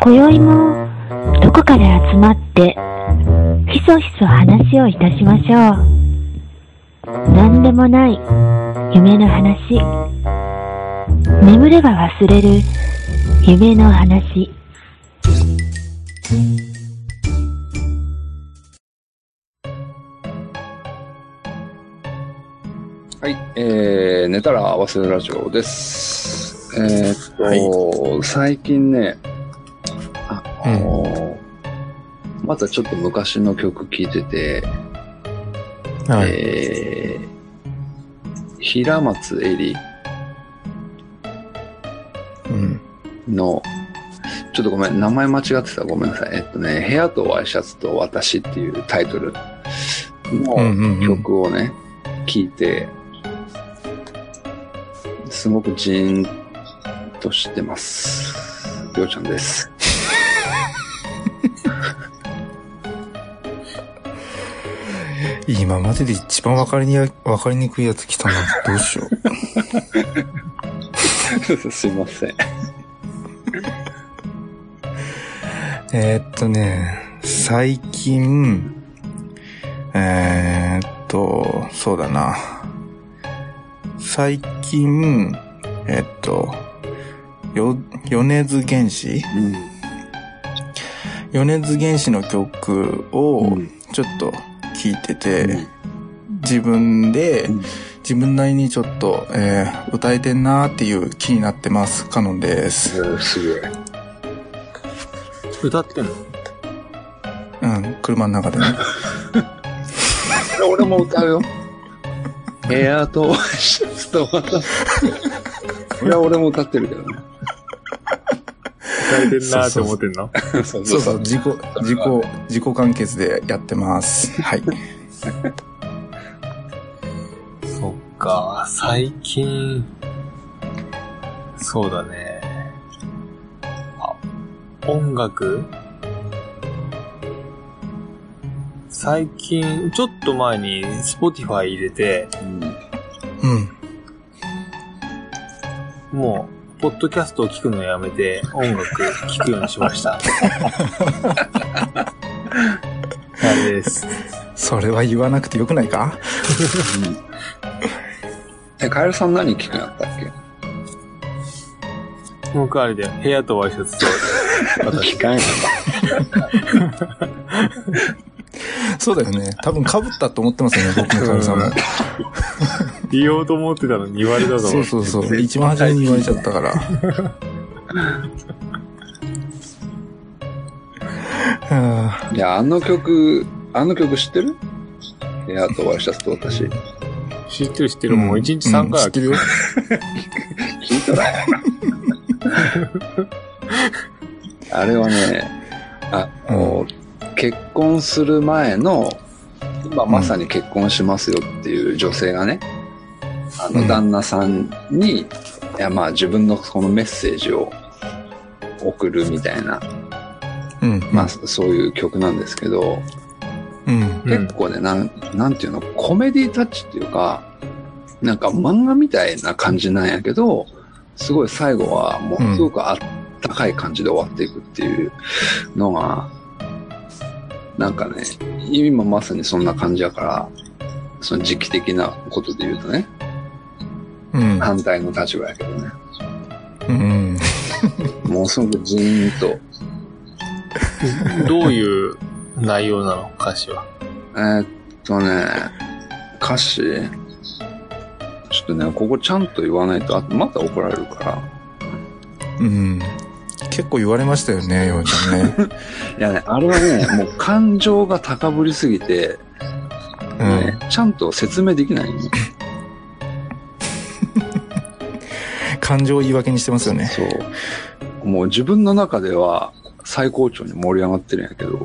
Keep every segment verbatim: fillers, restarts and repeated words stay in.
今宵もどこかで集まってひそひそ話をいたしましょう。何でもない夢の話、眠れば忘れる夢の話。 はい、えー、寝たら忘れるラジオです。えー、っと、はい、最近ね、あのーうん、またちょっと昔の曲聴いてて、はい、えー、平松絵里の、うん、ちょっとごめん、名前間違ってたらごめんなさい。えっとね、部屋とワイシャツと私っていうタイトルの曲をね、聴、うんうん、いて、すごくジーンとしてます。りょうちゃんです。 今までで一番分かりに、分かりにくいやつ来たな。どうしよう。すいません。 えーっとね、最近、えーっと、そうだな。最近、えっと、よ、米津玄師、うん、米津玄師の曲をちょっと聴いてて、うん、自分で、うん、自分なりにちょっと、えー、歌えてんなーっていう気になってます。カノンです。 えー、すごい。 歌ってんの？ うん、車の中でね。 俺も歌うよ。部屋とワイシャツと私。これは俺も歌ってるけどね。 歌えてんなーって思ってんの？ そうそうそう、自己、自己、自己完結でやってます。はい。 そっか、最近、そうだね。あ、音楽？最近、ちょっと前に Spotify 入れて、 うん。 もう、ポッドキャストを聞くのやめて、音楽聞くようにしました。あれです。 それは言わなくてよくないか？ え、カエルさん何聞くんやったっけ？ 僕あれで、部屋とワイシャツと、 聞かんやんか。 そうだよね。多分被ったと思ってますよね、僕もカエルさんも。 言おうと思ってたのに言われたぞ。 そうそうそう。一番初めに言われちゃったから。 いや、あの曲、あの曲知ってる？部屋とワイシャツと私。 知ってる知ってる。もう一日三回は、うん、知ってるよ。 聞いたらやな。あれはね、あ、もう、結婚する前の、今まさに結婚しますよっていう女性がね、うん、あの旦那さんに、いやまあ自分のこのメッセージを送るみたいな、うん、まあそういう曲なんですけど、うん、結構ね、なん、なんていうの、コメディタッチっていうか、なんか漫画みたいな感じなんやけど、すごい最後はもうすごくあったかい感じで終わっていくっていうのが、なんかね、今まさにそんな感じやから、その時期的なことで言うとね、うん、反対の立場やけどね。うん、もうすごくジーンと。 どういう内容なの？歌詞は。 えー、っとね、歌詞ちょっとね、ここちゃんと言わないと、あとまた怒られるから。 うん。結構言われましたよね、ようちゃんね。 いやね、あれはね、もう感情が高ぶりすぎて、ね、うん、ちゃんと説明できないの。 感情を言い訳にしてますよね。 そう。もう自分の中では最高潮に盛り上がってるんやけど。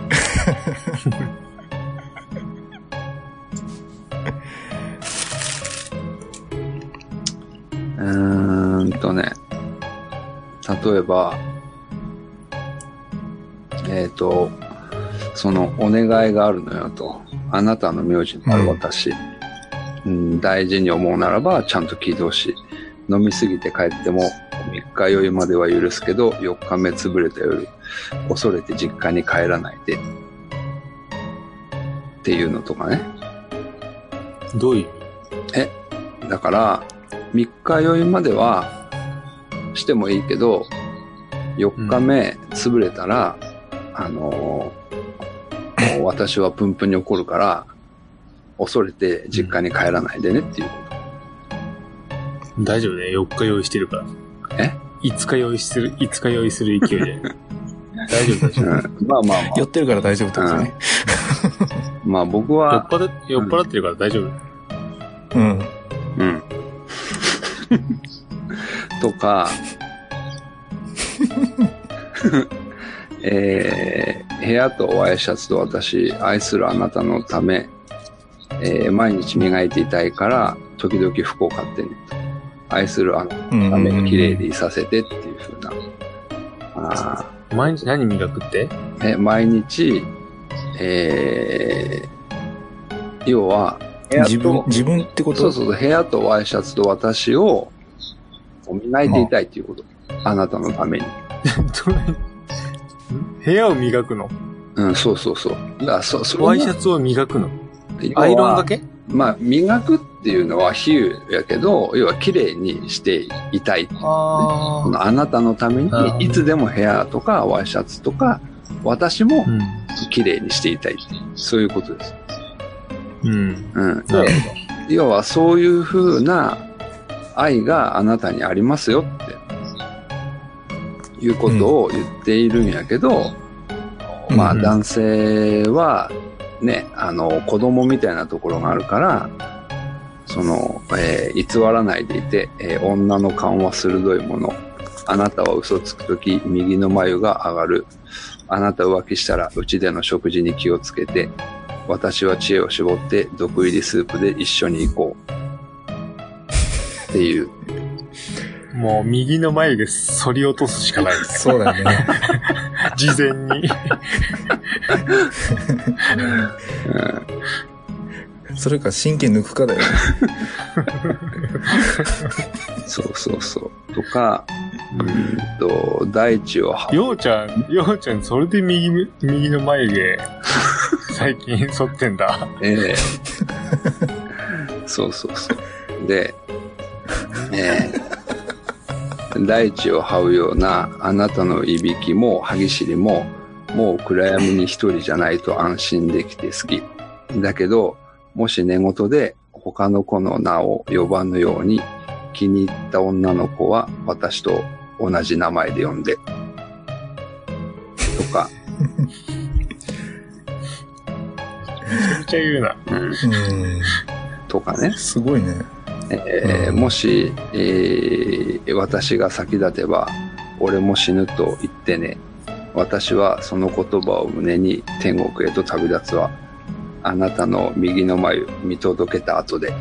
うーんとね、例えば、えっと、そのお願いがあるのよと。あなたの名字になる私、うんうん。大事に思うならばちゃんと聞いてほしい。飲みすぎて帰ってもみっか酔いまでは許すけど、よっかめ潰れた夜、恐れて実家に帰らないで。っていうのとかね。 どういう意味？ え、だから、みっか酔いまではしてもいいけど、よっかめ潰れたら、うん、あのー、もう私はプンプンに怒るから、恐れて実家に帰らないでねっていうこと。 うん、大丈夫ね。よっか用意してるから。 え ? いつか用意する、いつか用意する勢いで。大丈夫、大丈夫。 うん、まあまあまあ。 酔ってるから大丈夫ってことね。 うん、まあ僕は。 酔っ払、酔っ払ってるから大丈夫。 うん。 うん。とか、えー、部屋とワイシャツと私、愛するあなたのため、えー、毎日磨いていたいから、時々服を買ってねと。愛するあなたのために綺麗にさせてっていう風な。あ毎日何磨くって？ え、毎日、えー、要は、 自分、自分ってこと？ そうそうそう、部屋とワイシャツと私を磨いていたいっていうこと。あ, あなたのために。 部屋を磨くの？ うん、そうそうそう。だからそ、そワイシャツを磨くの？アイロンだけ？ まあ、磨くっていうのは比喩やけど、要は綺麗にしていたい。あ, このあなたのために、いつでも部屋とかワイシャツとか、私も綺麗にしていたい。うん、そういうことです。 うん。 うん。で、要はそういう風な愛があなたにありますよっていうことを言っているんやけど、うん、まあ男性はね、あの子供みたいなところがあるから、その、えー、偽らないでいて、えー、女の勘は鋭いもの。あなたは嘘つくとき右の眉が上がる。あなた浮気したらうちでの食事に気をつけて。私は知恵を絞って毒入りスープで一緒に行こうっていう。 もう右の眉毛反り落とすしかないです。 そうだね。 事前に、 うん。それか神経抜くかだよね。 そうそうそう。とか、うんと、大地を。 ようちゃん、ようちゃん、それで右、右の眉毛、最近剃ってんだ。 ええそうそうそう。で、えー、大地を這うようなあなたのいびきも歯ぎしりももう暗闇に一人じゃないと安心できて好き。だけど、もし寝言で他の子の名を呼ばぬように気に入った女の子は私と同じ名前で呼んで。とか。 めちゃくちゃ言うな。 うん。うんとかね。 すごいね。 えーうん、もし、えー、私が先立てば、俺も死ぬと言ってね。私はその言葉を胸に天国へと旅立つわ。あなたの右の眉見届けた後で。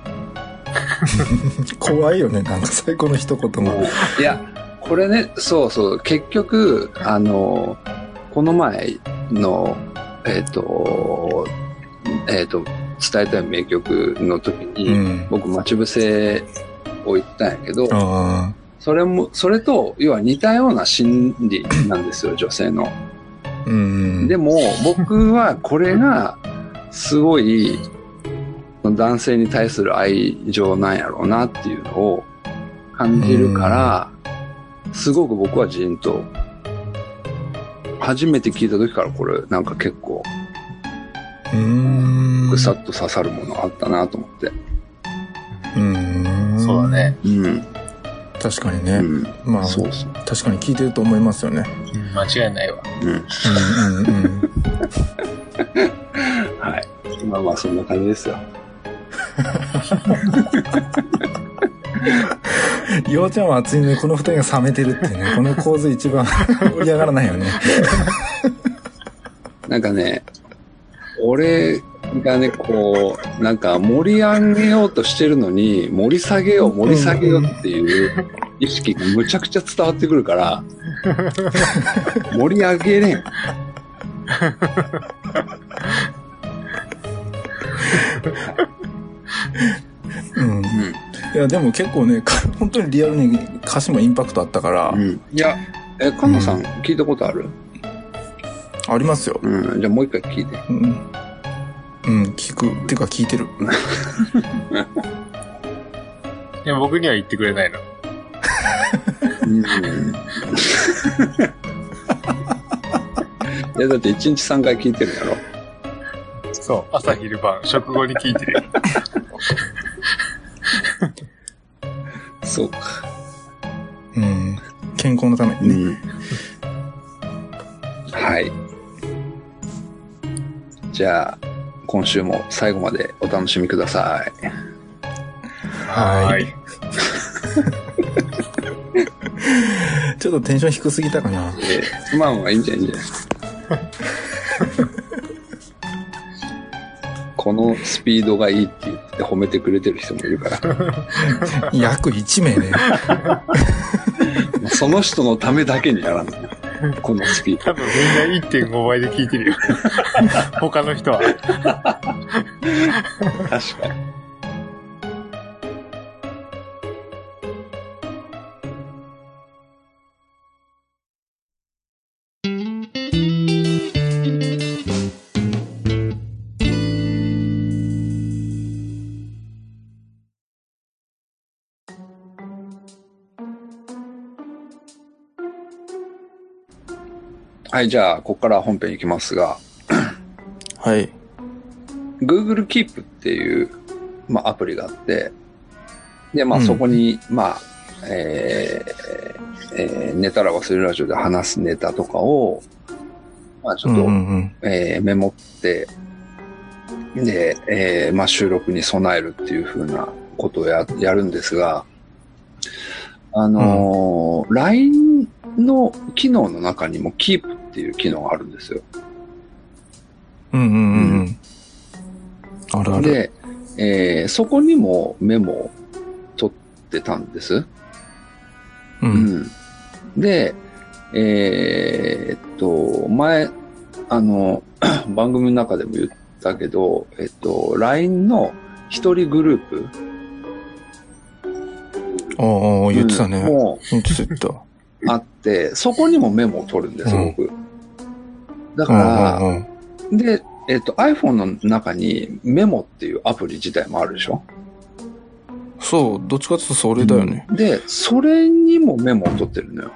怖いよね、なんか最後の一言も。 いや、これね、そうそう、結局、あの、この前の、えっ、ー、と、えっ、ー、と、伝えたい名曲の時に、うん、僕待ち伏せを言ったんやけど、 あそれも、それと、要は似たような心理なんですよ、女性の。 うん、 でも、僕はこれが、すごい、男性に対する愛情なんやろうなっていうのを感じるから、すごく僕はジーンと、初めて聞いた時からこれ、なんか結構、 うーんぐさっと刺さるものあったなと思って。 うーんそうだね。 うん。 確かにね。 うん、 まあそうそう。 確かに聞いてると思いますよね。 うん、間違いないわ。 うん。うんうんうん。 はい。まあまあそんな感じですよ。 ようちゃんは熱いのにこの二人が冷めてるってね、この構図一番盛り上がらないよね。 なんかね、俺がね、こう、なんか盛り上げようとしてるのに、盛り下げよう、盛り下げようっていう意識がむちゃくちゃ伝わってくるから、盛り上げれん。 うん。うん。 いや、でも結構ね、本当にリアルに歌詞もインパクトあったから。 うん、いや、え、カンナさん、うん、聞いたことある？ ありますよ。 うん、じゃあもう一回聞いて。 うん。うん、聞く。っていうか聞いてる。 いや、僕には言ってくれないの。うん。 いや、だっていちにちさんかい聞いてるやろ。 そう、朝昼晩、食後に聞いてるよ。 そうか。 うん。健康のためにね。うん、 はい。じゃあ、今週も最後までお楽しみください。 はい。ちょっとテンション低すぎたかな。 えー、まあまあいいんじゃないいいんじゃないこのスピードがいいって言って褒めてくれてる人もいるから。 約いち名ね。 その人のためだけにやらんの。このスピード。 多分みんな いってんご 倍で聞いてるよ。他の人は。 確かに。はい、じゃあ、ここから本編いきますが。 はい。 Google Keep っていう、まあ、アプリがあって、で、まあ、そこに、うん、まあ、えーえー、寝たら忘れるラジオで話すネタとかを、まあ、ちょっと、うんうん、えー、メモってってで、えー、まあ収録に備えるっていう風なことを や, やるんですが、あのーうん、ライン の機能の中にも Keep っていう機能があるんですよ。 うんうんうん。うん、あるある。 で、えー、そこにもメモを取ってたんです。 うん。うん、 で、えー、っと、前、あの、番組の中でも言ったけど、えっと、ライン の一人グループ。 ああ、言ってたね。 うん、もう、 言ってた。 あって、そこにもメモを取るんです、うん、僕。だから、うんうんうん、で、えっと、iPhone の中にメモっていうアプリ自体もあるでしょ？ そう、どっちかっていうとそれだよね。 うん、で、それにもメモを取ってるのよ。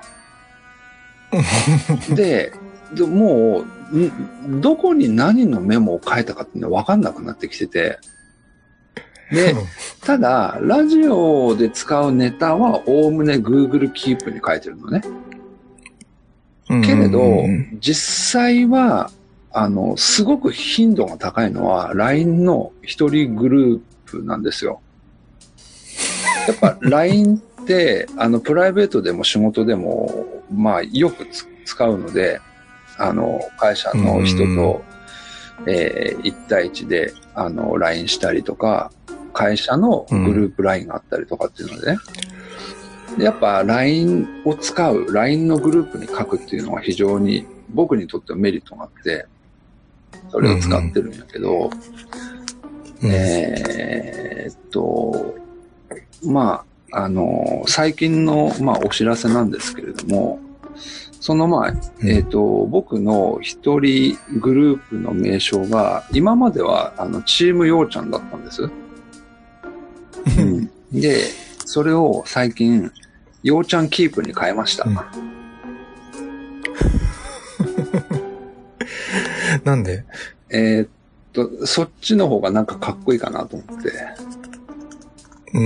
で、でもう、どこに何のメモを書いたかっていうのは分かんなくなってきてて、で、ただ、ラジオで使うネタはおおむね Google Keep に書いてるのね。けれど、実際は、あの、すごく頻度が高いのは ライン の一人グループなんですよ。やっぱ ライン って、あの、プライベートでも仕事でも、まあ、よく使うので、あの、会社の人と、えー、いち対いちで、あの、ライン したりとか、会社のグループ ライン があったりとかっていうのでね。でやっぱ ライン を使う、ライン のグループに書くっていうのは非常に僕にとってはメリットがあって、それを使ってるんやけど、うんうん、えー、っと、まあ、あの、最近の、まあ、お知らせなんですけれども、その前、えっと、僕の一人グループの名称が、今までは、あの、チームようちゃんだったんです。うん、で、それを最近、ようちゃんキープに変えました。うん、 なんで？ えー、っと、そっちの方がなんかかっこいいかなと思って。 うん。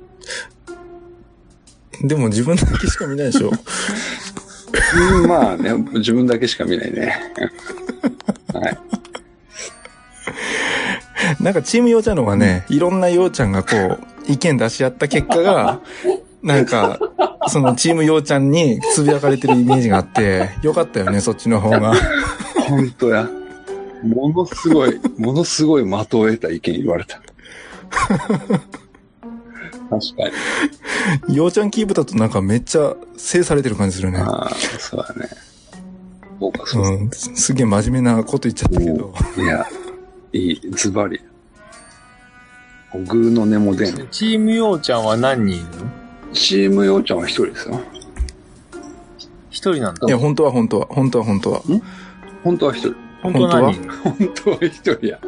うん、でも自分だけしか見ないでしょ。 うん、まあね、自分だけしか見ないね。はい。 なんかチームようちゃんの方がね、いろんなようちゃんがこう、意見出し合った結果が、なんか、そのチームようちゃんにつぶやかれてるイメージがあって、よかったよね、そっちの方が。 本当や。ものすごい、ものすごい的を得た意見言われた。確かに。ようちゃんキープだとなんかめっちゃ制されてる感じするね。 ああ、そうだね。そうか、そううん。すげえ真面目なこと言っちゃったけど。 いや、いい、ズバリ。 グーの音も出ん。 チームようちゃんは何人いるの？ チームようちゃんは一人ですよ。 一人なんだ。 いや、本当は本当は、本当は本当は。 ん本当は一人。 本当は何人？ 本当は一人や。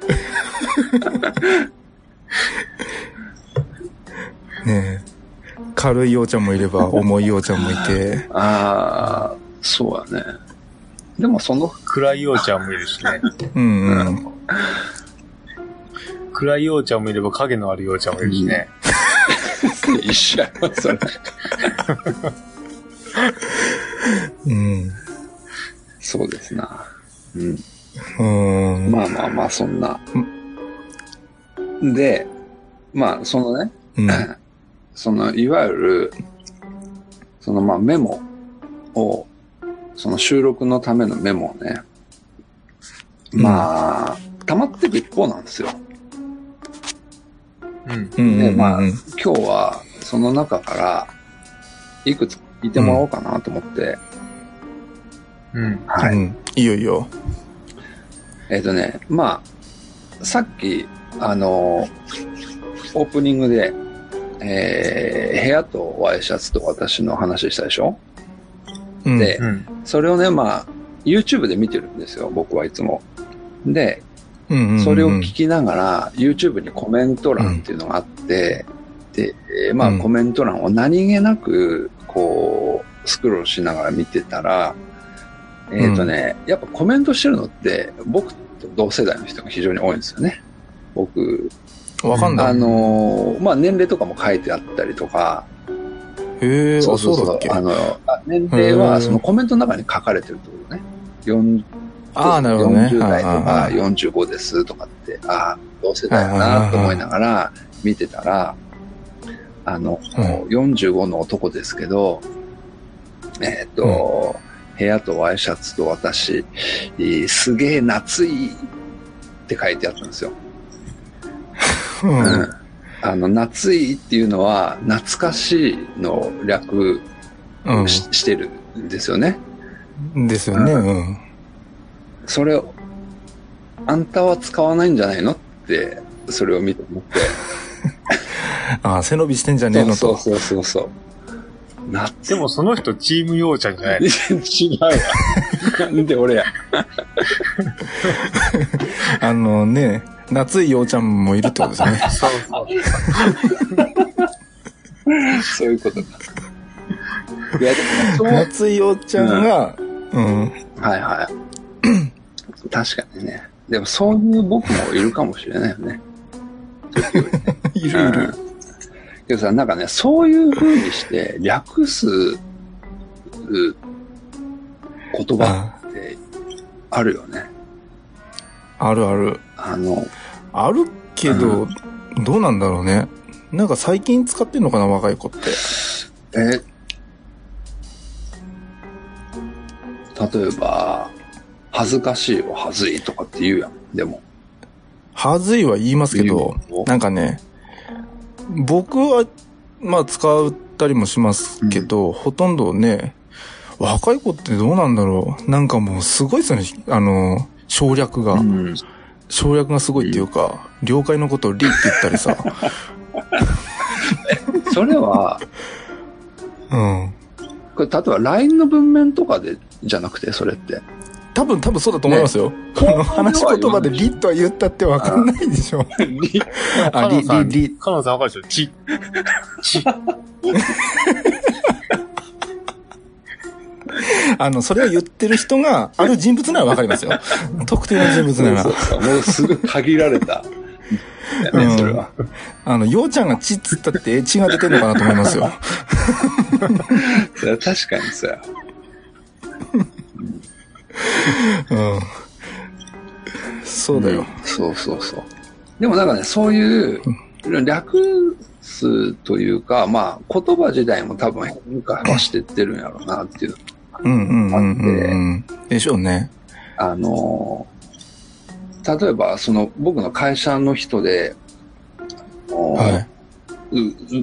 ねえ。軽いようちゃんもいれば、重いようちゃんもいて。 ああ、そうやね。でもその、 暗いようちゃんもいるしね。 うんうん。 暗いようちゃんもいれば影のあるようちゃんもいるしね。 一緒やろ、それ。 うん。 そうですな。うん。 うん。 まあまあまあ、そんな。で、まあ、そのね、 うん、 その、いわゆる、そのまあメモを、その収録のためのメモをね、まあ、溜まっていく一方なんですよ。 うん。 で、まあ、今日はその中からいくつ聞いてもらおうかなと思って。 うん。 はい。 うん、いいよいいよ。 えっとね、まあ、さっき、あの、オープニングで、えー、部屋とワイシャツと私の話したでしょ？ うん、 で、 うん、 それをね、まあ、YouTube で見てるんですよ、僕はいつも。で、 うんうんうん、 それを聞きながら、YouTube にコメント欄っていうのがあって、うん、で、まあ、コメント欄を何気なく、こう、スクロールしながら見てたら、えっ、ー、とね、うん、やっぱコメントしてるのって、僕と同世代の人が非常に多いんですよね。僕、 わかんない。 あの、まあ、年齢とかも書いてあったりとか、 へえ、そうそうそうだっけ？ あの、年齢はそのコメントの中に書かれてるってことね。よんああ、なるほどね。 よんじゅう代とかよんじゅうごですとかって、ああ、同世代だなと思いながら見てたら、あの、うん、よんじゅうごの男ですけど、えっと、うん、部屋とワイシャツと私、すげえ夏いって書いてあったんですよ。うん、うん、あの、夏いっていうのは、懐かしいの略 し,、うん、してるんですよね。 ですよね。うん。 それを、あんたは使わないんじゃないのって、それを見て思って。 ああ、背伸びしてんじゃねえのと。 そうそうそうそう。 夏。でもその人チームようちゃんじゃないの？ 違うわ。なんで俺や。 あのね、夏いようちゃんもいるってことですね。 そうそう。 そういうことか。いやでも夏いようちゃんが、うん。うん、 はいはい。確かにね。でもそういう僕もいるかもしれないよね。 いるいる。うん、 けどさ、なんかね、そういう風にして略す言葉ってあるよね。 あるある。 あの、あるけど、うん、どうなんだろうね。なんか最近使ってんのかな、若い子って。 え、例えば、恥ずかしいをはずいとかって言うやん、でも。 はずいは言いますけど、なんかね、僕は、まあ使ったりもしますけど、うん、ほとんどね、若い子ってどうなんだろう。なんかもうすごいですよね、あの、省略が。うん、省略がすごいっていうか、うん、了解のことをリって言ったりさ。 それは、 うん。 これ例えば ライン の文面とかでじゃなくて、それって。 多分多分そうだと思いますよ。ね、この話し言葉でリとは言ったってわかんないでしょ。 リ。あ、リ、リ、リ。カノンさんわかるでしょ？チ。チ。 あの、それを言ってる人が、ある人物ならわかりますよ。特定の人物なら。 そうそうそう、もうすぐ限られた。ね、それは。 うん、あの、ようちゃんがチっつったって血が出てるのかなと思いますよ。 それは確かにさ。 うん。そうだよ、うん。 そうそうそう。でもなんかね、そういう、略すというか、まあ、言葉自体も多分変化はしてってるんやろうなっていうのがあって。うんうんうんうん。 でしょうね。 あの、例えば、その、僕の会社の人で、はい。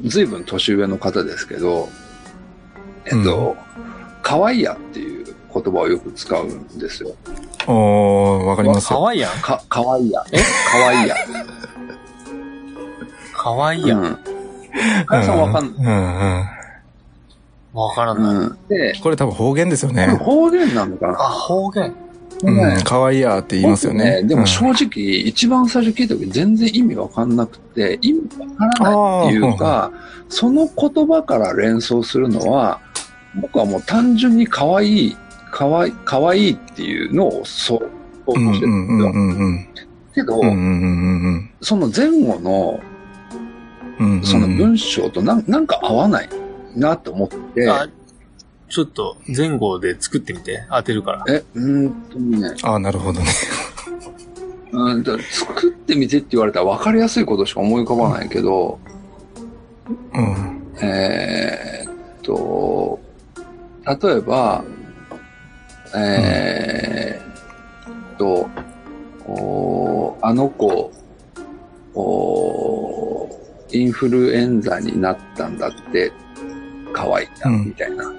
ずいぶん年上の方ですけど、えっと、うん、かわいやっていう言葉をよく使うんですよ。 おー、わかりますよ。 かわいやか、かわいや。えかわいや。 かわいいやん。 うん。かやさんわかんない。 うんうん。 わからない。 うん。で、 これ多分方言ですよこれね。 方言なのかな。 あ、方言。 うん。かわいいやって言いますよね。 僕でも正直、一番最初聞いた時全然意味わかんなくて、意味わからないっていうか、その言葉から連想するのは、僕はもう単純に可愛い、可愛い、可愛いっていうのをそう想うん。 像してるんですよ。 うんうんうんけど、 うんうんうんその前後の、 うんうん。 その文章となんなんか合わないなと思って、 あ、ちょっと前後で作ってみて。当てるから。 え、うーんとね、 ああ、なるほどね。 うんだ作ってみてって言われたら分かりやすいことしか思い浮かばないけど、 うん。 えーっと、例えば、えーっと、おあの子、おインフルエンザになったんだって可愛いな、 うんみたいな。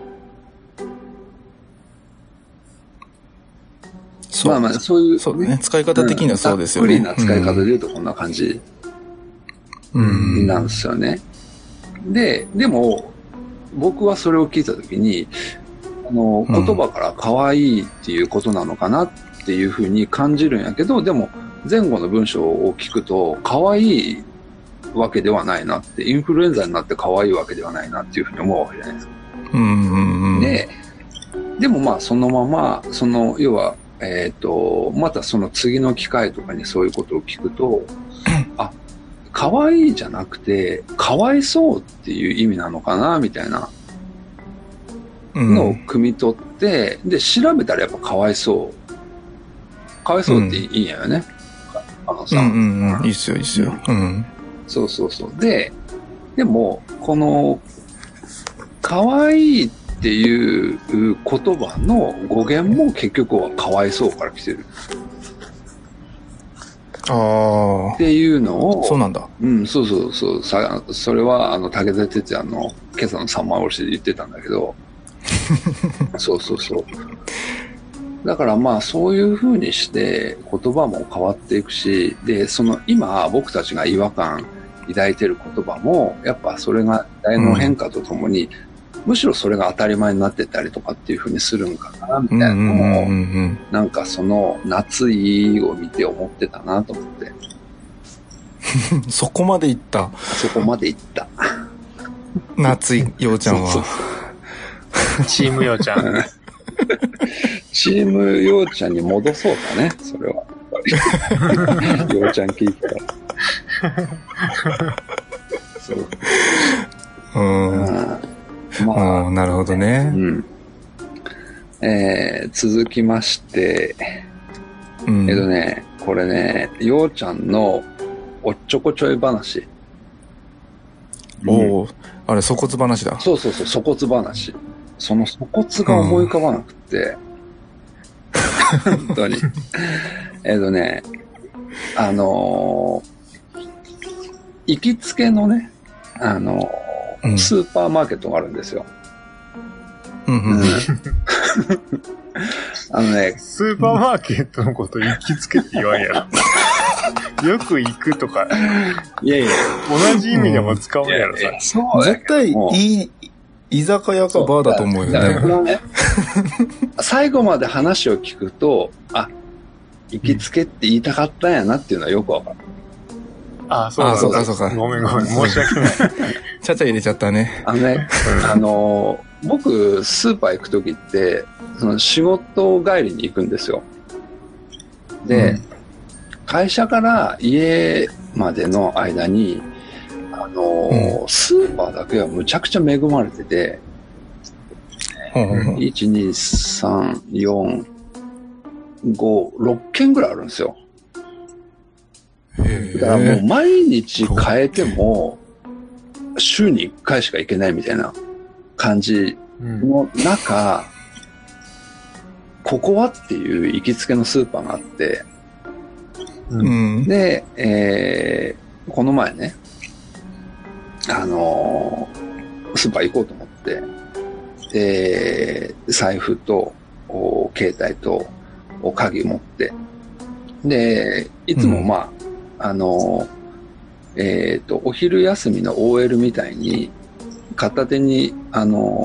そう。 まあまあ、そういう、 そうね。使い方的にはそうですよね。 ざっくりな使い方で言うとこんな感じうん。 なんですよね。で、でも、僕はそれを聞いたときに、あの、 うん言葉から可愛いっていうことなのかなっていうふうに感じるんやけど、でも、前後の文章を聞くと、可愛いわけではないなって、インフルエンザになって可愛いわけではないなっていうふうに思うわけじゃないですか。 うんうんうん。 で、でもまあ、そのまま、その、要は、えっと、またその次の機会とかにそういうことを聞くと、あ、可愛いじゃなくて、かわいそうっていう意味なのかな、みたいなのを汲み取って、で、調べたらやっぱかわいそう。かわいそうっていいんやよね。あのさ、 うんうんうん。いいっすよ、いいっすよ。うん。 そうそうそう。で、でも、この、かわいいっていう言葉の語源も結局はかわいそうから来てるあっていうのを、 あ、そうなんだ。 うん、そうそうそう。さそれは、あの、武田鉄矢の今朝の三枚おろしで言ってたんだけど、そうそうそう。だからまあ、そういう風にして言葉も変わっていくし、で、その今僕たちが違和感抱いてる言葉も、やっぱそれが時代の変化とともに、うん、むしろそれが当たり前になってたりとかっていう風にするんかな、みたいなのを、なんかその夏井を見て思ってたなと思って。 そこまで行った。 そこまで行った。 夏井ようちゃんは。 そうそうチームようちゃん。 チームようちゃんに戻そうかね、それは。ようちゃん聞いたら。そう。 うん。まあ、なるほどね。 うん。えー、続きまして、うん、えっとね、これね、ようちゃんのおっちょこちょい話。 おお、うん、あれ、粗骨話だ。 そうそうそう、粗骨話。その粗骨が思い浮かばなくて、うん、本当に。えっとね、あのー、行きつけのね、あのーうん、スーパーマーケットがあるんですよ。 うんうんうん、 あのね、 スーパーマーケットのこと行きつけって言わんやろ。よく行くとか。 いやいや、 同じ意味でも使うんやろ、さ。 そう絶対いい、居酒屋かバーだと思うよね。 ね最後まで話を聞くと、あ、行きつけって言いたかったんやなっていうのはよくわかる。 ああ、そうか、 そうか、そうか。 ごめんごめん、申し訳ない。 ちゃちゃ入れちゃったね。 あのね、あの、僕、スーパー行くときって、その仕事帰りに行くんですよ。で、うん、会社から家までの間に、あの、うん、スーパーだけはむちゃくちゃ恵まれてて、うん、いち、に、さん、よん、ご、ろっけんぐらいあるんですよ。だからもう毎日変えても、週にいっかいしか行けないみたいな感じの中、うん、ここはっていう行きつけのスーパーがあって、うん、で、えー、この前ね、あのー、スーパー行こうと思って、で、財布と、携帯と、鍵持って、で、いつもまあ、うん、あのー、 えっと、お昼休みの オーエル みたいに、片手に、あの、うん、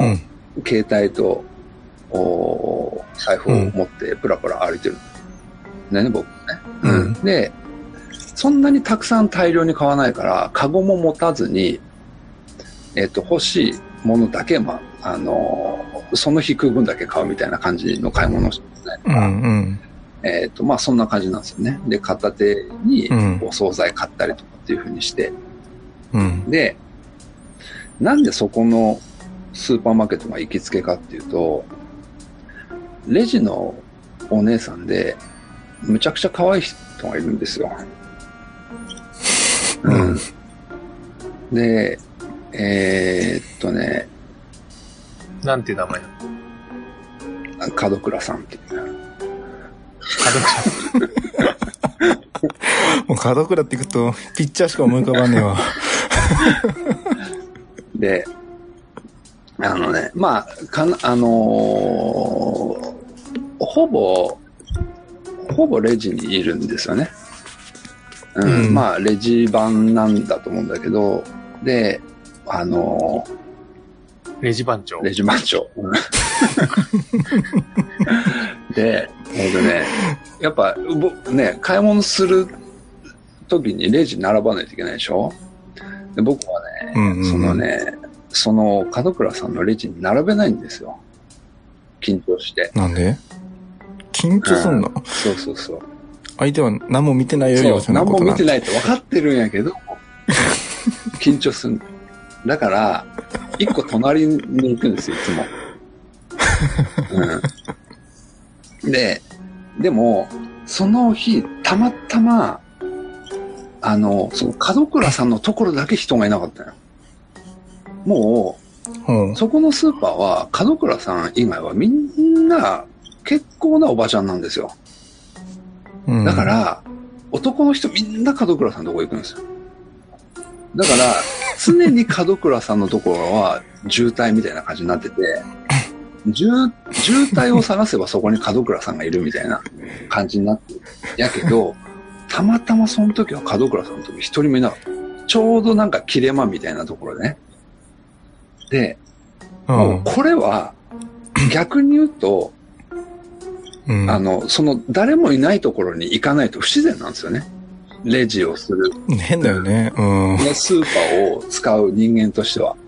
携帯と、お財布を持ってプラプラ歩いてる。うん、ね、僕ね、うん。で、そんなにたくさん大量に買わないから、カゴも持たずに、えっと、欲しいものだけ、まあ、あの、その日食う分だけ買うみたいな感じの買い物をしてないから、うんうん、えっと、まあ、そんな感じなんですよね。で、片手にお惣菜買ったりとかっていう風にして、うん、で、なんでそこのスーパーマーケットが行きつけかっていうと、レジのお姉さんで、むちゃくちゃ可愛い人がいるんですよ。うん。で、えー、っとね。 なんていう名前なの？ 門倉さんっていう。 門倉もう門倉って聞くと、ピッチャーしか思い浮かばんねえわ。 で、あのね、まあ、かな、あのー、ほぼ、ほぼレジにいるんですよね。うん。うん、まあ、レジ番なんだと思うんだけど、で、あのー、レジ番長レジ番長。で、えっとね、やっぱ、ね、買い物するときにレジ並ばないといけないでしょ？で僕はね、うんうんうん、そのね、その門倉さんのレジに並べないんですよ。緊張して。 なんで？緊張すんの、 うん、そうそうそう。 相手は何も見てないよりはそんなこと何も見てないって分かってるんやけど、緊張する。だから、一個隣に行くんですよ、いつも。うん、で、でも、その日、たまたま、あの、その門倉さんのところだけ人がいなかったよ。もう、うん、そこのスーパーは、門倉さん以外はみんな、結構なおばちゃんなんですよ。うん、だから、男の人みんな門倉さんのとこ行くんですよ。だから、常に門倉さんのところは渋滞みたいな感じになってて、渋滞を探せばそこに門倉さんがいるみたいな感じになってる。やけど、たまたまその時は門倉さんの時一人もいなかった。ちょうどなんか切れ間みたいなところでね。で、うん、もうこれは逆に言うと、うん、あの、その誰もいないところに行かないと不自然なんですよね。レジをする。 変だよね。うん。 スーパーを使う人間としては。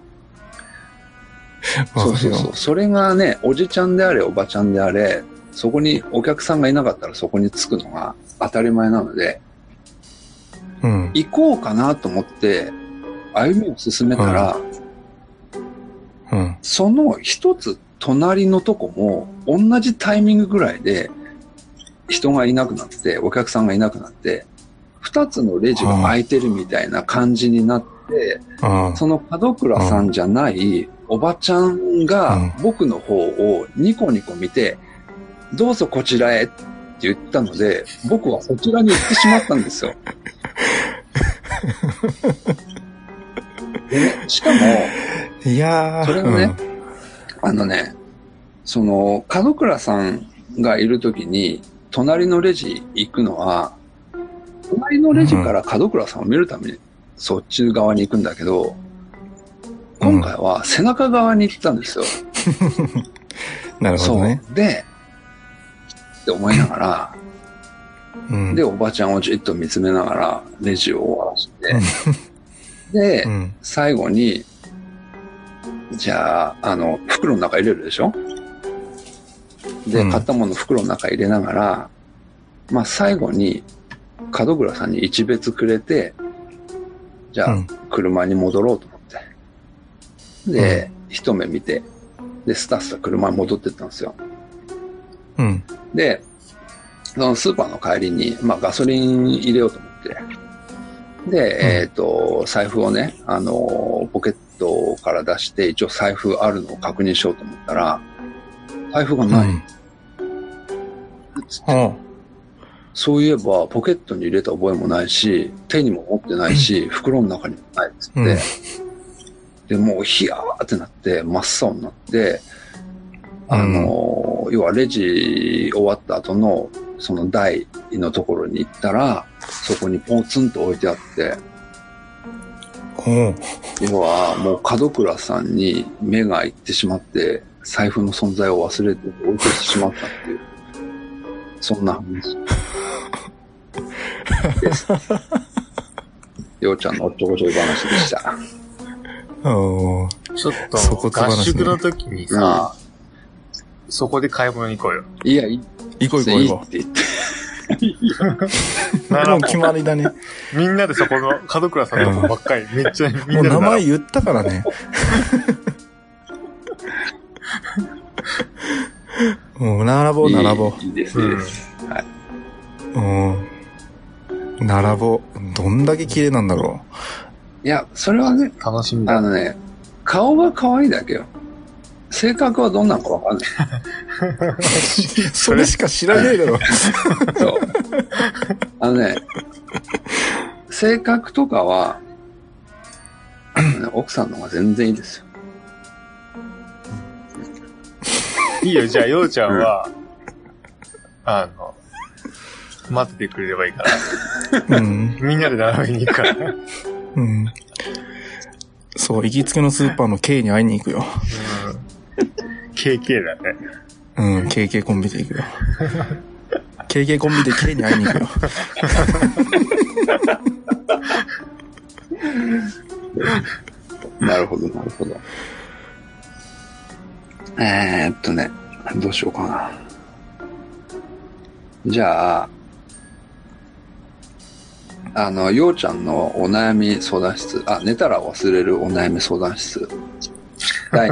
そうそうそう。それがね、おじちゃんであれ、おばちゃんであれ、そこにお客さんがいなかったらそこに着くのが当たり前なので、うん、行こうかなと思って歩みを進めたら、うんうん、その一つ隣のとこも同じタイミングぐらいで人がいなくなって、お客さんがいなくなって、二つのレジが開いてるみたいな感じになって、うん、その門倉さんじゃないおばちゃんが僕の方をニコニコ見て、どうぞこちらへって言ったので、僕はそちらに行ってしまったんですよ。でね、しかも、 いやー、 それがね、うん、あのね、その、門倉さんがいるときに、隣のレジ行くのは、隣のレジから門倉さんを見るために、そっち側に行くんだけど、今回は背中側に行ったんですよ。 なるほどね。 そう。で、って思いながら、うん、で、おばちゃんをじっと見つめながら、レジを終わらせて、で、うん、最後に、じゃあ、あの、袋の中入れるでしょ？で、買ったもの袋の中入れながら、まあ、最後に、門倉さんに一別くれて、じゃあ、車に戻ろうと思って。で、うん、一目見て、で、スタスタ車に戻ってったんですよ。うん。で、そのスーパーの帰りに、まあ、ガソリン入れようと思って、で、うん、えっと、財布をね、あの、ポケットから出して、一応財布あるのを確認しようと思ったら、財布がない。うん、つって、うんそういえば、ポケットに入れた覚えもないし、手にも持ってないし、袋の中にもないっつって、うん、で、もうヒヤーってなって、真っ青になって、あの、うん、要はレジ終わった後の、その台のところに行ったら、そこにポツンと置いてあって、 おう。 要は、もう門倉さんに目がいってしまって、財布の存在を忘れて置いてしまったっていう、そんな話です。ようちゃんのおっちょこちょい話でした。 おー。 ちょっと、合宿の時にさ、うん、そこで買い物に行こうよ。 いや、い行こう行こう行こう。 いいって言って。 もう決まりだね。 みんなでそこの門倉さんのとこばっかり、めっちゃみんなで。 もう名前言ったからね。もう並ぼう並ぼう。 いいですね。うん、はい。 うん。並ぼう。どんだけ綺麗なんだろう。いや、それはね、 楽しみだ。 あのね、顔が可愛いだけよ。性格はどんなのかわかんない。 それしか知らねえだろ。 そう。あのね、性格とかは、あのね、奥さんの方が全然いいですよ。 いいよ、じゃあ、ようちゃんは、うん、あの、待っててくれればいいから。うん。みんなで並びに行くから。 うん。そう、行きつけのスーパーの K に会いに行くよ。 うん。ケーケー だね。 うん、ケーケー コンビで行くよ。ケーケー コンビで K に会いに行くよ。 なるほど、なるほど。えーっとね、どうしようかな。じゃあ、あの、ようちゃんのお悩み相談室、あ、寝たら忘れるお悩み相談室。第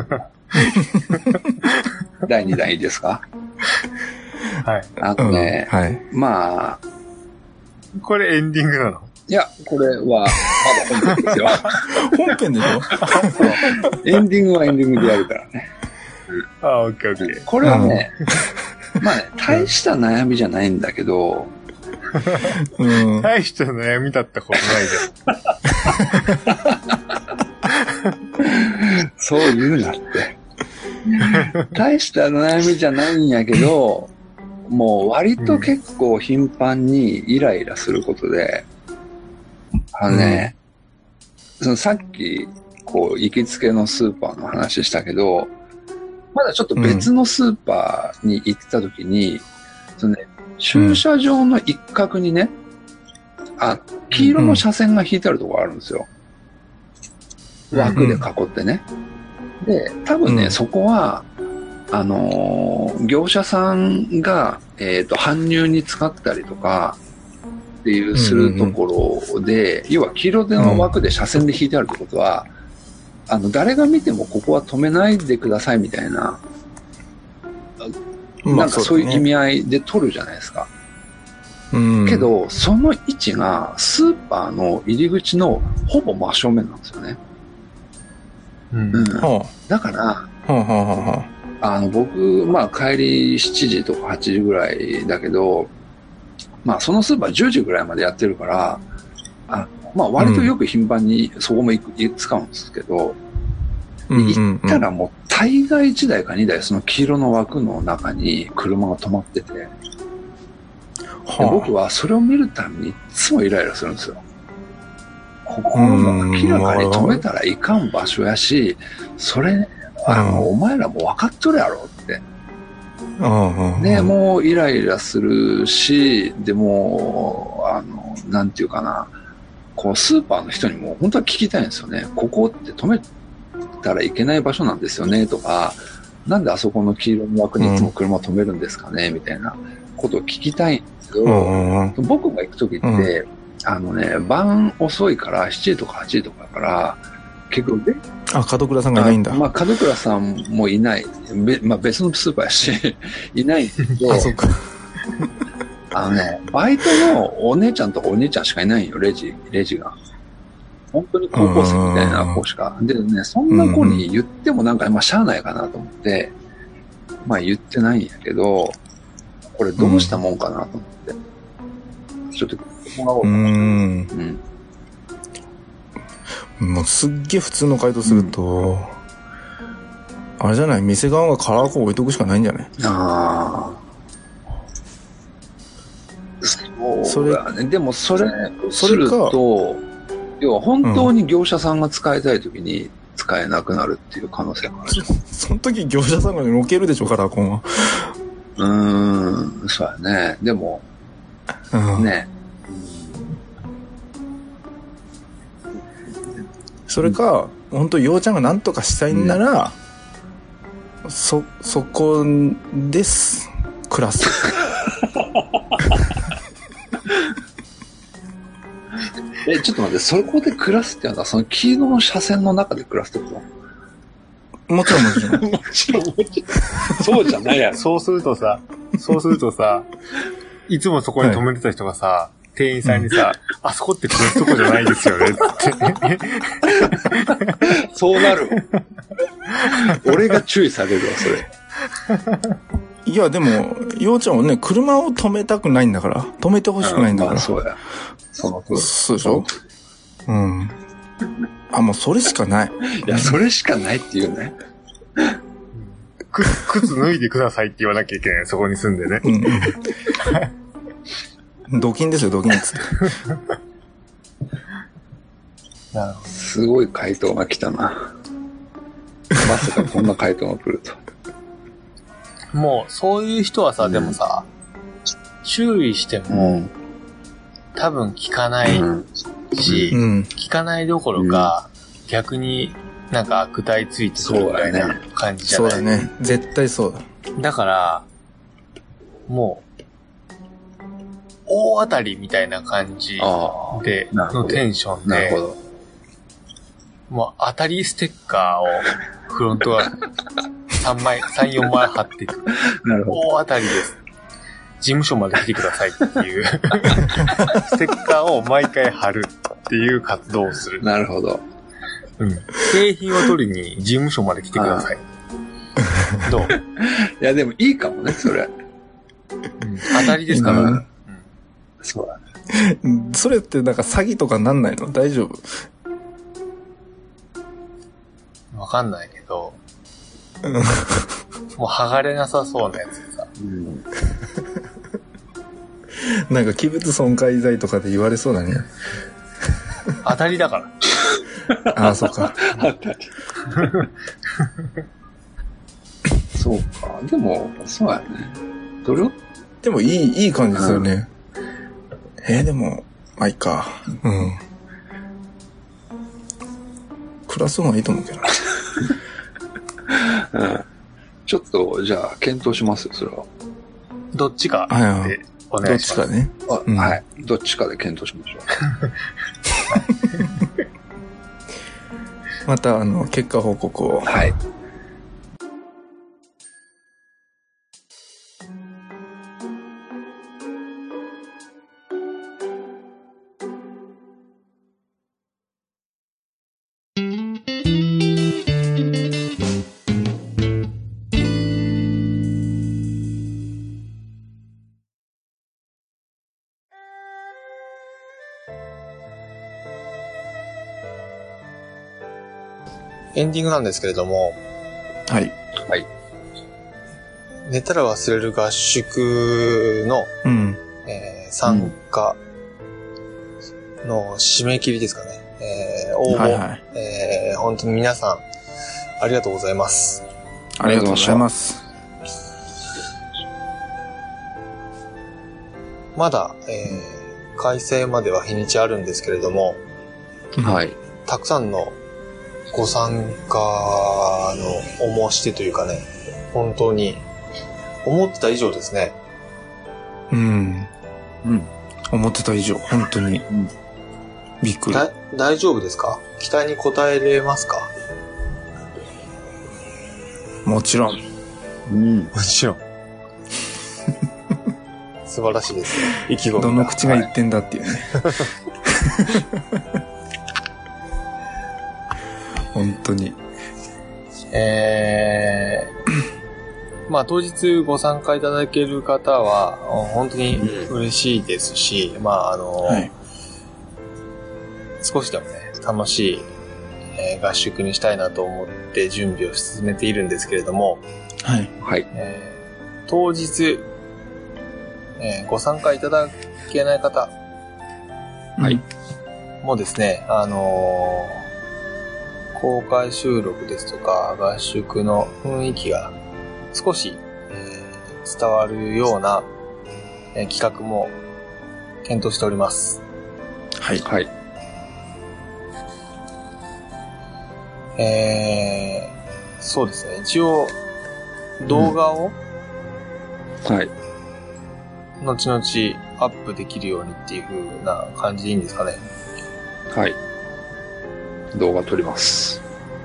だいにだんいいですか？ はい。 あのね、 うん、はい。 まあ。 これエンディングなの？ いや、これはまだ本編ですよ。 本編でしょ？ エンディングはエンディングでやるからね。 うん、あ、オッケーオッケー。 これはね、うん、まあね、大した悩みじゃないんだけど、 うん、大した悩みだったことないじゃん。そう言うなって。大した悩みじゃないんやけど、もう割と結構頻繁にイライラすることで、うん、あのね、うん、そのさっき、こう、行きつけのスーパーの話したけど、まだちょっと別のスーパーに行ってた時に、うん、そのね、駐車場の一角にね、あ、黄色の車線が引いてあるところがあるんですよ。うん、枠で囲ってね。で、多分ね、うん、そこは、あのー、業者さんが、えっと、搬入に使ったりとか、っていう、するところで、うんうんうん、要は黄色での枠で車線で引いてあるってことは、うん、あの、誰が見てもここは止めないでくださいみたいな、なんかそういう意味合いで取るじゃないですか。うん、けど、その位置がスーパーの入り口のほぼ真正面なんですよね。うんうん、だから、はあはあはあ、あの僕、まあ帰りしちじとかはちじぐらいだけど、まあそのスーパーじゅうじぐらいまでやってるから、あまあ割とよく頻繁にそこも行く、使うんですけど、うん、行ったらもう大概いちだいかにだいその黄色の枠の中に車が止まってて、で僕はそれを見るたびにいつもイライラするんですよ。ここを明らかに止めたらいかん場所やし、それ、あの、お前らも分かっとるやろって。で、もうイライラするし、でも、あの、なんていうかな、こう、スーパーの人にも本当は聞きたいんですよね。ここって止めたらいけない場所なんですよね、とか、なんであそこの黄色の枠にいつも車止めるんですかね、みたいなことを聞きたいんですけど、僕が行くときって、あのね、晩遅いからしちじとかはちじとかだから、結構ね。 あ、門倉さんがいないんだ。 まあ、門倉さんもいない。べまあ、別のスーパーやし、いないんで。 あ、そうか。 あのね、バイトのお姉ちゃんとかお兄ちゃんしかいないよ、レジ、レジが。本当に高校生みたいな子しか。でね、そんな子に言ってもなんか、まあ、しゃあないかなと思って、まあ、言ってないんやけど、これどうしたもんかなと思って。ちょっと、もらおうかな。うん。 うん。もうすっげえ普通の回答すると、うん、あれじゃない、店側がカラーコン置いとくしかないんじゃない？ ああ。そうだね。でもそれ、すると、 要は本当に業者さんが使いたいときに使えなくなるっていう可能性がある。 その時業者さんがのけるでしょ、カラコンは。 うーん、そうやね。でも、 うん、 ね。 それか、本当ようちゃんが何とかしたいんなら、うん、そ、そこです。暮らす。 え、ちょっと待って、そこで暮らすっていうのは、その黄色の車線の中で暮らすってこと？ もちろんもちろん。 もちろん、もちろん。そうじゃないやろ。 そうするとさ、そうするとさ、いつもそこに止めてた人がさ、はい、店員さんにさ、うん、あそこって暮らすとこじゃないですよねって。 そうなるわ。俺が注意されるわ、それ。 いや、でも、ようちゃんはね、車を止めたくないんだから。止めてほしくないんだから。 まあ、そうや。その通り。 そうでしょ？うん。あ、もうそれしかない。 いや、それしかないっていうね。 靴脱いでくださいって言わなきゃいけない。そこに住んでね。 うん。ドキンですよ、ドキンっつって。 なるほど。すごい回答が来たな。まさかこんな回答が来ると。 もう、そういう人はさ、うん、でもさ、注意しても、うん、多分聞かないし、うん、聞かないどころか、うん、逆になんか悪態ついてくるみたいな感じじゃない？ そうだね。絶対そうだ。 だから、もう、大当たりみたいな感じで、のテンションで、もう当たりステッカーをフロントがさんまい、さん、よんまい貼っていく。 なるほど。 大当たりです。事務所まで来てくださいっていうステッカーを毎回貼るっていう活動をする。 なるほど。 うん。景品を取りに事務所まで来てください。どう？いや、でもいいかもね、それ。 うん、当たりですから、うんうん。 そうだね。それってなんか詐欺とかなんないの？大丈夫？ わかんないけど、もう剥がれなさそうなやつでさ。うん、 なんか器物損壊罪とかで言われそうだね。 当たりだから。 ああ、そうか。 当たり。そうか。でも、そうやね。どれ？ でもいい、いい感じですよね。うん、えー、でも、まあいいか。うん。暮らすのがいいと思うけどな。うん。ちょっと、じゃあ、検討しますよ、それは。 どっちかでお願いします。 どっちかね、 うん。はい。どっちかで検討しましょう。 また、あの、結果報告を。 はい。 エンディングなんですけれども。 はい。 はい。 寝たら忘れる合宿の、 うんえー、参加の締め切りですかね。えー、応募、 はいはい、 えー、本当に皆さん、ありがとうございます。 ありがとうございます。 まだ、えー、開催までは日にちあるんですけれども、 はい。 たくさんのご参加のお申し出というかね、本当に思ってた以上ですね。 うん。うん。思ってた以上、本当に。うん、びっくり。 だ、大丈夫ですか？期待に応えれますか？ もちろん。 うん。 もちろん。素晴らしいですよ。意気込みが。 どの口が言ってんだっていうね。はい本当に。 えー、まあ当日ご参加いただける方は本当に嬉しいですし、うん、まああの、はい、少しでもね楽しい、えー、合宿にしたいなと思って準備を進めているんですけれども、 はいはい。 えー、当日、えー、ご参加いただけない方、 はい。 もですね、あのー、公開収録ですとか合宿の雰囲気が少し、えー、伝わるような、えー、企画も検討しております。 はい。はい。 えー、そうですね。一応、動画を、 うん、はい。 後々アップできるようにっていう風な感じでいいんですかね。 はい。動画撮ります。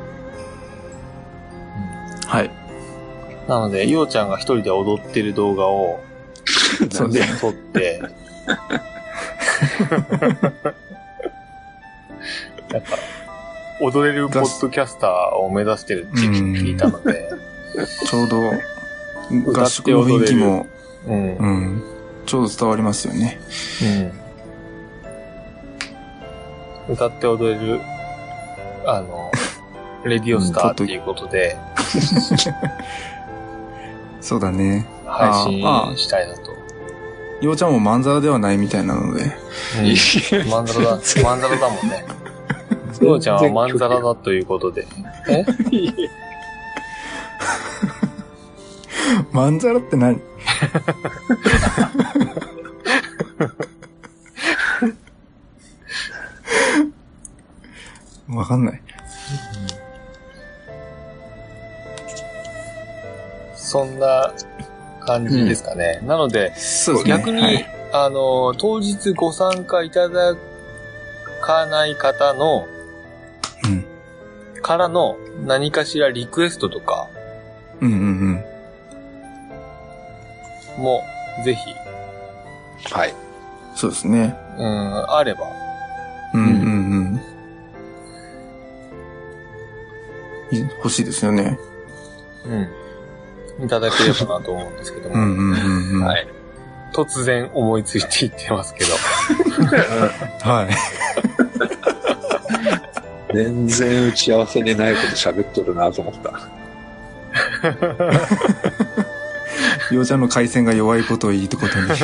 うん、はい。なので、ようちゃんが一人で踊ってる動画を、 そうで撮って、なんか、踊れるポッドキャスターを目指してるって聞いたので、 ちょうど合宿の雰囲気も、 うん、 うん、ちょうど伝わりますよね。 うん、歌って踊れる、あの、レディオスターっていうことで、 そうだね。 配信したいなと。 ようちゃんもまんざらではないみたいなので。 うん、まんざらだ、まんざらだもんね。ようちゃんはまんざらだということで。えまんざらって何わかんない。 そんな感じですかね。うん、なので、 そうですね、 逆に、はい、あの、当日ご参加いただかない方の、 うん、 からの何かしらリクエストとか、 うんうんうん。 も、ぜひ。 はい。 そうですね。 うん、あれば。 うんうんうん。欲しいですよね。 うん。いただければなと思うんですけども。 うんうんうんうん。 はい。突然思いついて言ってますけど。 はい。 全然打ち合わせにないこと喋っとるなと思った。 ようちゃんの回線が弱いことをいいってことに。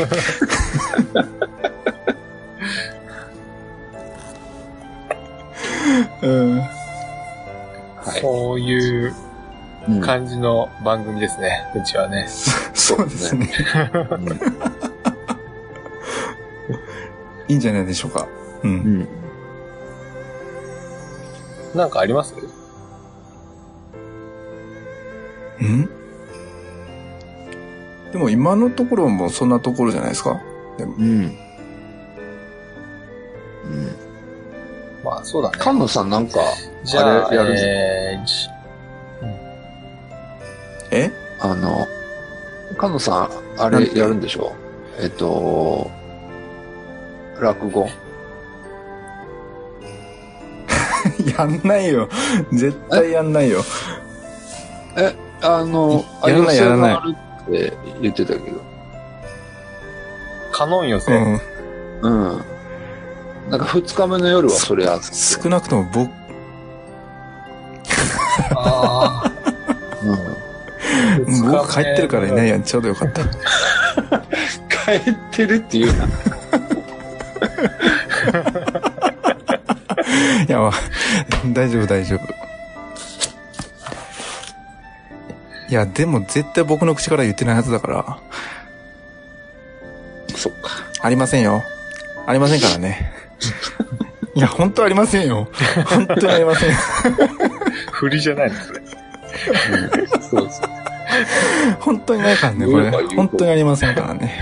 うんはい、そういう感じの番組ですね、うん、うちはね。 そうですね。いいんじゃないでしょうか。うん。うんなんかあります？ ん？でも今のところもそんなところじゃないですか？でも。 うん。うん。 まあそうだね。 菅野さんなんか、 じゃあ、 あれやるえー、うん、 え？ あの、菅野さん、あれやるんでしょ？えっと、落語やんないよ。絶対やんないよ。 え、あの、 やらないやらない。 あるって言ってたけど。 カノン寄せ。 うん。 うん。なんか二日目の夜はそれや少なくとも僕、 ああ。 うん。僕帰ってるからいないやん。ちょうどよかった。 帰ってるっていうな。 いや、大丈夫大丈夫。いや、でも絶対僕の口から言ってないはずだから。 そっか。 ありませんよ。ありませんからね。いや、本当ありませんよ。本当にありません。 振りじゃないですね。 うん、そうです。 本当にないからね、これ。本当にありませんからね。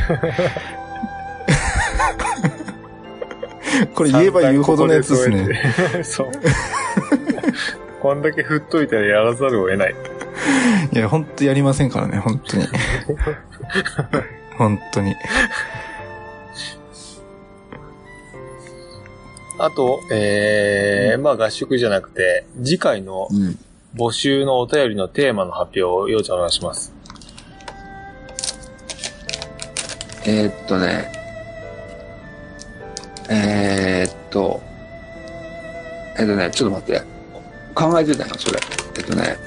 これ言えば言うほどのやつですね。 そう。こんだけ振っといたらやらざるを得ない。 いや、ほんとやりませんからね、本当に。本当に。 あと、えー、まあ合宿じゃなくて、次回の募集のお便りのテーマの発表を、ようちゃんお願いします。 えー、っとね、えー、っと、えー、っとね、ちょっと待って。考えてたよ、それ。えっとね、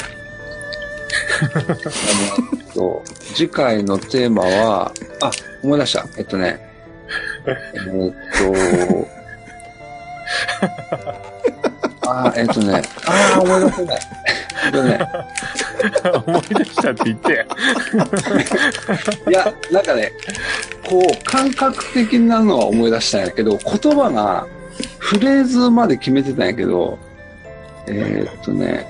えっと、次回のテーマは、あ、思い出した。えっとね、えー、っと、 あー、えっ、ー、とね、ああ、思い出せない。えっとね、 思い出したって言ってや。 いや、なんかね、こう、感覚的なのは思い出したんやけど、言葉が、フレーズまで決めてたんやけど、えー、っとね、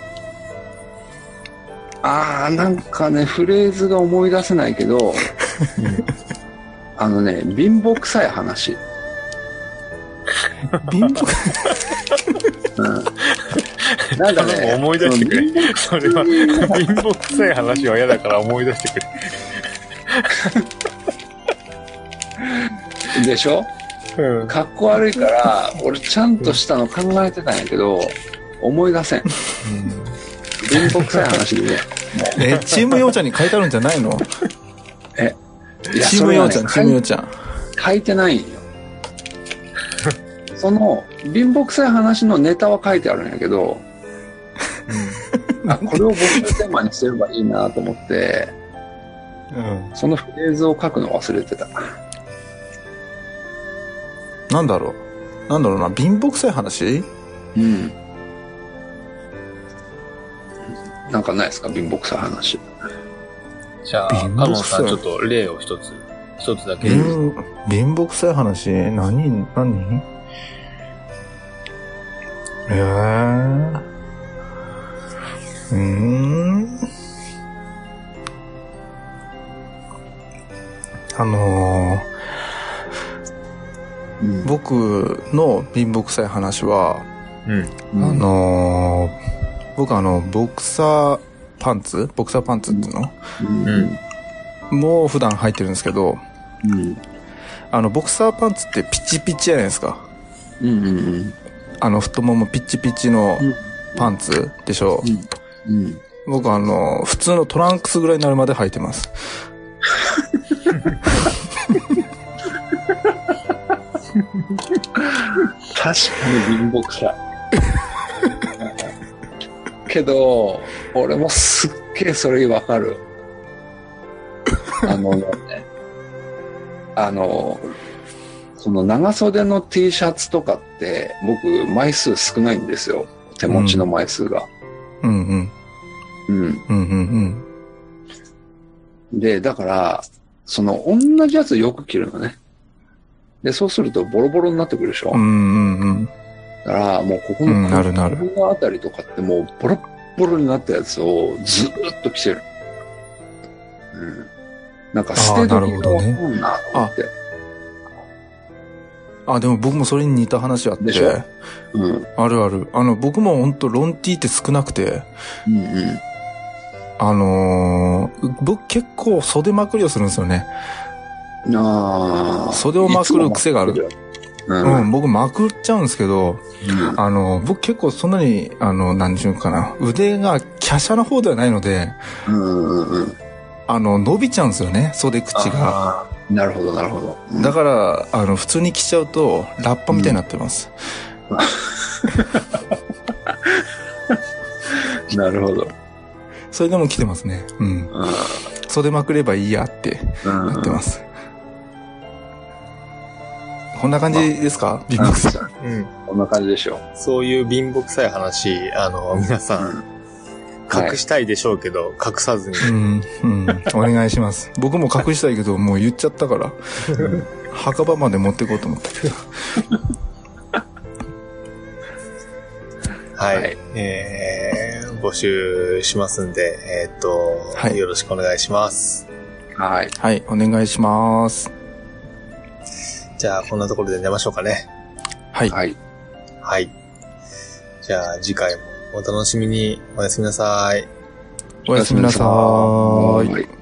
あー、なんかね、フレーズが思い出せないけど、あのね、貧乏臭い話。 貧乏うん、なんかね、 思い出してくれ。それは、貧乏臭い話は嫌だから思い出してくれ。でしょ、うん、かっこ悪いから、俺ちゃんとしたの考えてたんやけど、思い出せん。うん、貧乏臭い話でね。 え、チームようちゃんに書いてあるんじゃないの？ え、 チームようちゃん、チームようちゃん。 書いてないんよ。その、貧乏臭い話のネタは書いてあるんやけど、うん、あ、これを僕のテーマにすればいいなと思って、うん、そのフレーズを書くの忘れてた。 なんだろうなんだろうな、貧乏臭い話？うん。 なんかないですか、貧乏臭い話。 じゃあ、カノンさんちょっと例を一つ、一つだけ。 貧乏臭い話？何何えー、うーん。あのーうん、僕の貧乏臭い話は、うん、あのー、僕あのボクサーパンツボクサーパンツっていうの、うん、もう普段履いてるんですけど、うん、あのボクサーパンツってピチピチじゃないですか。うんうんうん、あの太ももピチピチのパンツでしょ、うんうん、僕あの普通のトランクスぐらいになるまで履いてます。 確かに貧乏臭い。けど俺もすっげえそれわかる。あのね、あのその長袖の T シャツとかって僕枚数少ないんですよ。手持ちの枚数が。うんうんうんうんうんうんうん。でだからその同じやつよく着るのね。でそうするとボロボロになってくるでしょ。うんうんうん。だからもうここの、うん、なるなる。このあたりとかってもうボロッボロになったやつをずーっと着てる。うん。なんか捨て時がわかんなと思って。 あ、でも僕もそれに似た話あって。でしょ？うん。あるある。あの、僕もほんとロン T って少なくて。うんうん。あのー、僕結構袖まくりをするんですよね。ああ。袖をまくる癖がある。うん、うん、僕まくっちゃうんですけど、うん、あの、僕結構そんなに、あの、何て言うかな、腕が華奢な方ではないので、うんうんうん、あの、伸びちゃうんですよね、袖口が。 なるほど、なるほど。 うん、だから、あの、普通に着ちゃうと、ラッパみたいになってます。 うん、なるほど。 それでも着てますね。うん。うん、袖まくればいいやってなってます。こんな感じですか？貧乏臭い。 うん。こんな感じでしょう。 そういう貧乏臭い話、あの、皆さん、うん、隠したいでしょうけど、はい、隠さずに。 うん、うん。お願いします。僕も隠したいけど、もう言っちゃったから、墓場まで持っていこうと思ったけど。 はい。はい、えー、募集しますんで、えー、っと、はい、よろしくお願いします。 はい。 はい、お願いします。 じゃあ、こんなところで寝ましょうかね。 はい。はい。 はい。じゃあ、次回もお楽しみに。おやすみなさい。 おやすみなさーい。